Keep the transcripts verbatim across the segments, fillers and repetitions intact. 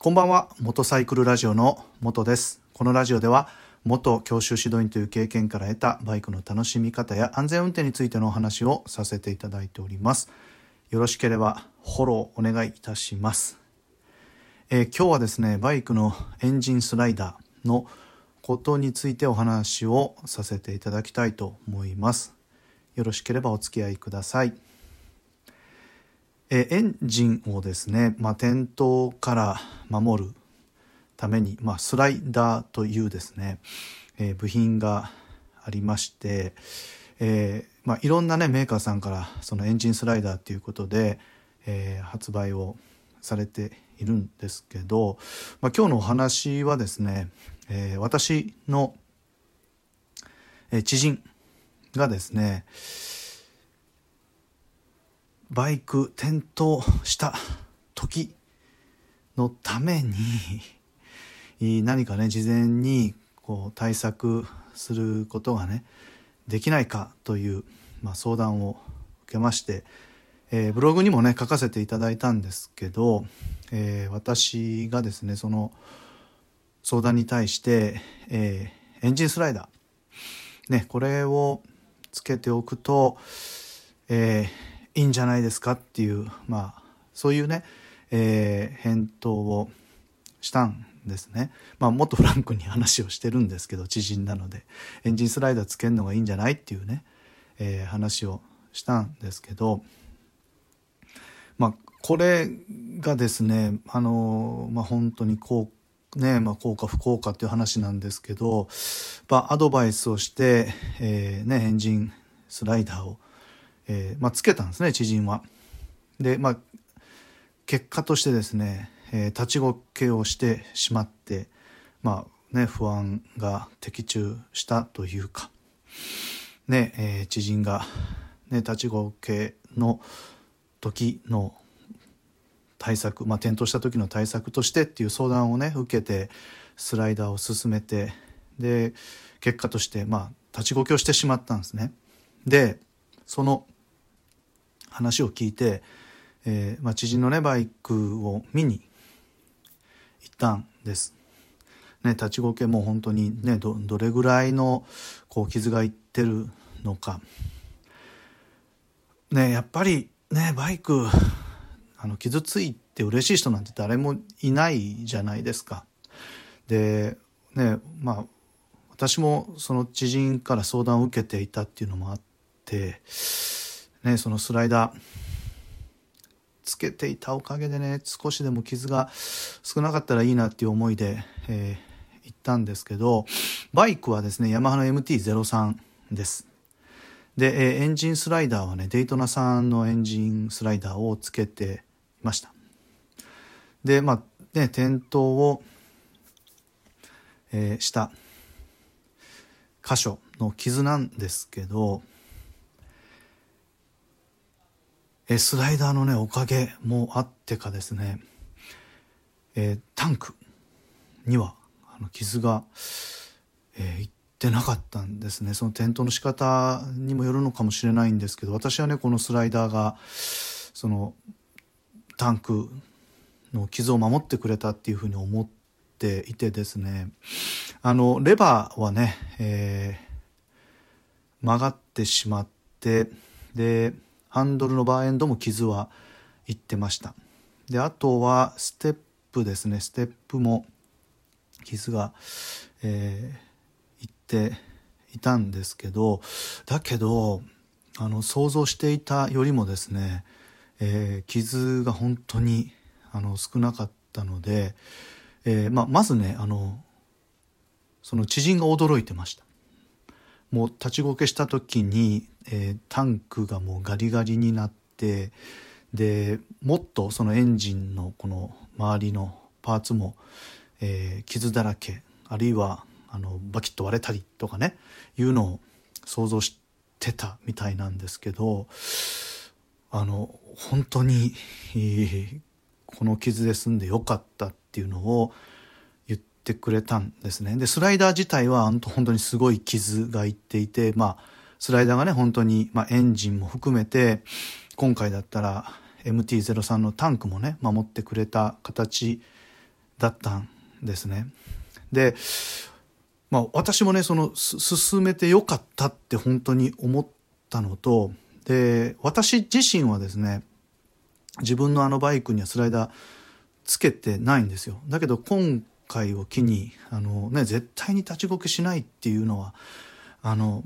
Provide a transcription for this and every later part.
こんばんは。元サイクルラジオの元です。このラジオでは元教習指導員という経験から得たバイクの楽しみ方や安全運転についてのお話をさせていただいております。よろしければフォローお願いいたします。えー、今日はですね、バイクのエンジンスライダーのことについてお話をさせていただきたいと思います。よろしければお付き合いください。えエンジンをですね、まあ、転倒から守るために、まあ、スライダーというですね、えー、部品がありまして、えーまあ、いろんなねメーカーさんからそのエンジンスライダーということで、えー、発売をされているんですけど、まあ、今日のお話はですね、えー、私の、えー、知人がですね、バイク転倒した時のために何かね事前にこう対策することがねできないかという、まあ、相談を受けまして、えー、ブログにもね書かせていただいたんですけど、えー、私がですねその相談に対して、えー、エンジンスライダー、ね、これをつけておくと、えーいいんじゃないですかっていう、まあ、そういうね、えー、返答をしたんですね。まあ、もっとフランクに話をしてるんですけど、知人なので、エンジンスライダーつけるのがいいんじゃないっていうね、えー、話をしたんですけど、まあ、これがですね、あの、まあ、本当にこう、ね、まあ、効果不効果っていう話なんですけど、まあ、アドバイスをして、えー、ね、エンジンスライダーをえーまあ、つけたんですね、知人は。で、まあ、結果としてですね、えー、立ちこけをしてしまって、まあね、不安が的中したというか、ね、えー、知人が、ね、立ちこけの時の対策、まあ、転倒した時の対策としてっていう相談をね、受けて、スライダーを進めて、で、結果として、まあ、立ちこけをしてしまったんですね。で、その話を聞いて、えーまあ、知人のねバイクを見に行ったんです、ね、立ちこけも本当にね ど, どれぐらいのこう傷がいってるのか、ね、やっぱりねバイクあの傷ついて嬉しい人なんて誰もいないじゃないですか。でねまあ私もその知人から相談を受けていたっていうのもあってね、そのスライダーつけていたおかげでね少しでも傷が少なかったらいいなっていう思いで、えー、行ったんですけど、バイクはですねヤマハの エムティーゼロさん です。で、えー、エンジンスライダーはねデイトナさんのエンジンスライダーをつけていました。でまあね転倒を、えー、した箇所の傷なんですけど、えスライダーのねおかげもあってかですね、えー、タンクにはあの傷が、えー、いってなかったんですね。その転倒の仕方にもよるのかもしれないんですけど、私はねこのスライダーがそのタンクの傷を守ってくれたっていうふうに思っていてですね、あのレバーはね、えー、曲がってしまって、でハンドルのバーエンドも傷はいってました。であとはステップですね、ステップも傷が、えー、いっていたんですけど、だけどあの想像していたよりもですね、えー、傷が本当にあの少なかったので、えーまあ、まずねあのその知人が驚いてました。もう立ちこけした時に、えー、タンクがもうガリガリになって、でもっとそのエンジンのこの周りのパーツも、えー、傷だらけ、あるいはあのバキッと割れたりとかねいうのを想像してたみたいなんですけど、あの本当に、えー、この傷で済んでよかったっていうのを言ってくれたんですね。でスライダー自体は本当にすごい傷がいっていて、まあスライダーがね本当に、まあ、エンジンも含めて今回だったら エムティーゼロさん のタンクもね守ってくれた形だったんですね。で、まあ私もね、その進めてよかったって本当に思ったのと、で、私自身はですね、自分のあのバイクにはスライダーつけてないんですよ。だけど今回を機に、あのね、絶対に立ちこけしないっていうのは、あの、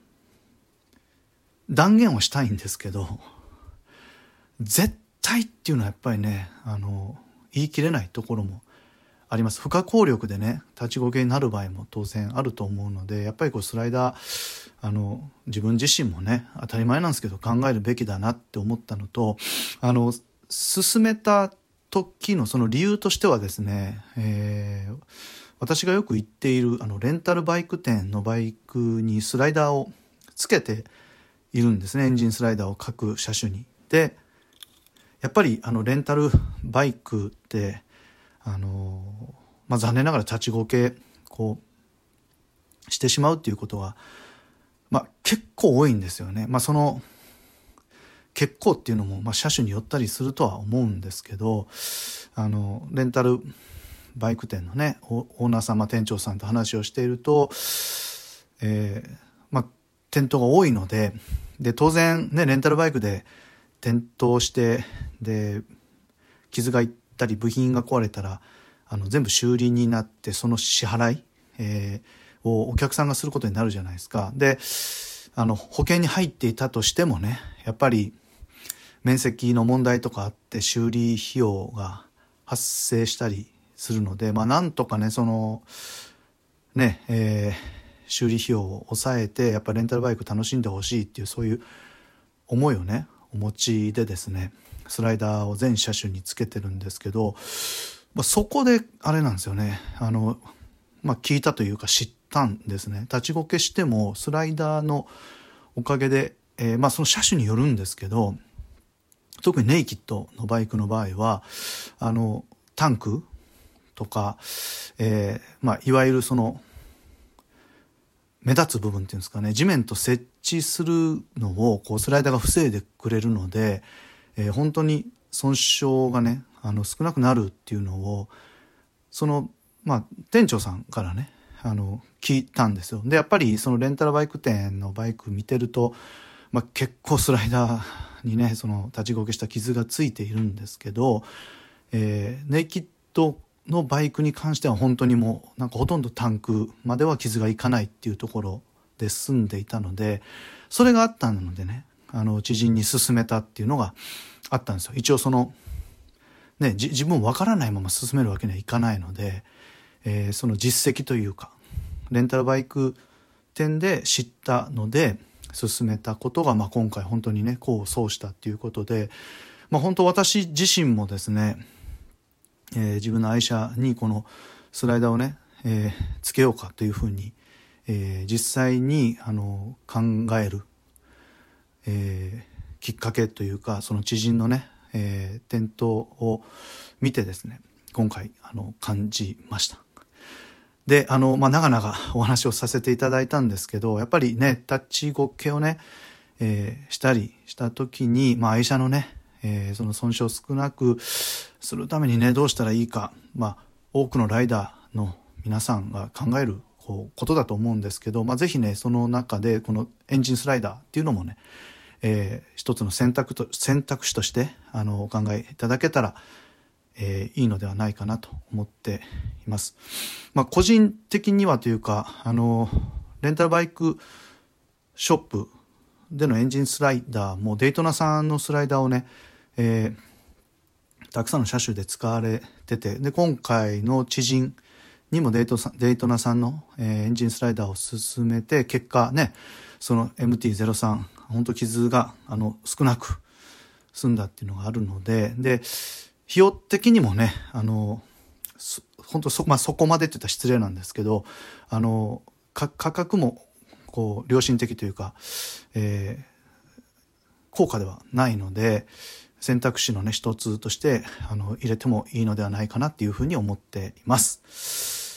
断言はしたいんですけど、絶対っていうのはやっぱりね、あの、言い切れないところもあります。不可抗力でね、立ちこけになる場合も当然あると思うので、やっぱりこうスライダー、あの、自分自身もね、当たり前なんですけど考えるべきだなって思ったのと、あの、進めた時のその理由としてはですね、えー、私がよく行っているあのレンタルバイク店のバイクにスライダーをつけているんですね。エンジンスライダーを各車種に。で、やっぱりあのレンタルバイクってあの、まあ、残念ながら立ちこけこうしてしまうっていうことは、まあ、結構多いんですよね。まあ、その結構っていうのも、まあ、車種によったりするとは思うんですけど、あのレンタルバイク店のねオーナーさん、まあ、店長さんと話をしていると、えーまあ、転倒が多いので、で当然ねレンタルバイクで転倒してで傷がいったり部品が壊れたらあの全部修理になって、その支払い、えー、をお客さんがすることになるじゃないですか。で、あの保険に入っていたとしてもね、やっぱり面積の問題とかあって修理費用が発生したりするので、まあなんとかねそのね、えー、修理費用を抑えてやっぱりレンタルバイク楽しんでほしいっていうそういう思いをねお持ちでですね、スライダーを全車種につけてるんですけど、まあ、そこであれなんですよね、あの、まあ、聞いたというか知ったんですね。立ちこけしてもスライダーのおかげで、えー、まあその車種によるんですけど、特にネイキッドのバイクの場合はあのタンクとか、えーまあ、いわゆるその目立つ部分っていうんですかね、地面と接地するのをこうスライダーが防いでくれるので、えー、本当に損傷がねあの少なくなるっていうのをその、まあ、店長さんからねあの聞いたんですよ。でやっぱりそのレンタルバイク店のバイク見てると、まあ、結構スライダーにねその立ちこけした傷がついているんですけど、えー、ネイキッドのバイクに関しては本当にもうなんかほとんどタンクまでは傷がいかないっていうところで済んでいたので、それがあったのでねあの知人に勧めたっていうのがあったんですよ。一応そのねじ自分わからないまま進めるわけにはいかないので、えー、その実績というかレンタルバイク店で知ったので進めたことが、まあ、今回本当にね功を奏したっていうことで、まあ、本当私自身もですね、えー、自分の愛車にこのスライダーをね、えー、つけようかというふうに、えー、実際にあの考える、えー、きっかけというか、その知人のね、えー、転倒を見てですね今回あの感じました。であの、まあ、長々お話をさせていただいたんですけど、やっぱりね立ちこけをね、えー、したりした時に、まあ、愛車のね、えー、その損傷を少なくするためにねどうしたらいいか、まあ、多くのライダーの皆さんが考えるこうことだと思うんですけど、まあ、ぜひねその中でこのエンジンスライダーっていうのもね、えー、一つの選択と選択肢としてあのお考えいただけたらえー、いいのではないかなと思っています。まあ、個人的にはというか、あのレンタルバイクショップでのエンジンスライダーもデイトナさんのスライダーをね、えー、たくさんの車種で使われてて、で今回の知人にもデイトさん、デイトナさんの、えー、エンジンスライダーを進めて、結果ねその エムティーゼロさん 本当傷があの少なく済んだっていうのがあるので、で費用的にもね、あの、本当そ、まあ、そこまでって言ったら失礼なんですけど、あの、価格も、こう、良心的というか、えー、高価ではないので、選択肢のね、一つとして、あの、入れてもいいのではないかなっていうふうに思っています。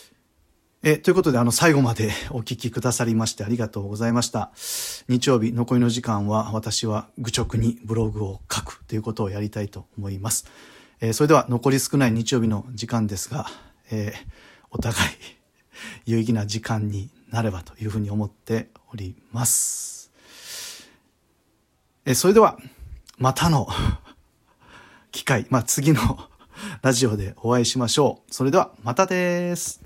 え、ということで、あの、最後までお聞きくださりましてありがとうございました。日曜日、残りの時間は、私は愚直にブログを書くということをやりたいと思います。それでは残り少ない日曜日の時間ですが、 えー、お互い有意義な時間になればというふうに思っております。えー、それではまたの機会、まあ、次のラジオでお会いしましょう。それではまたです。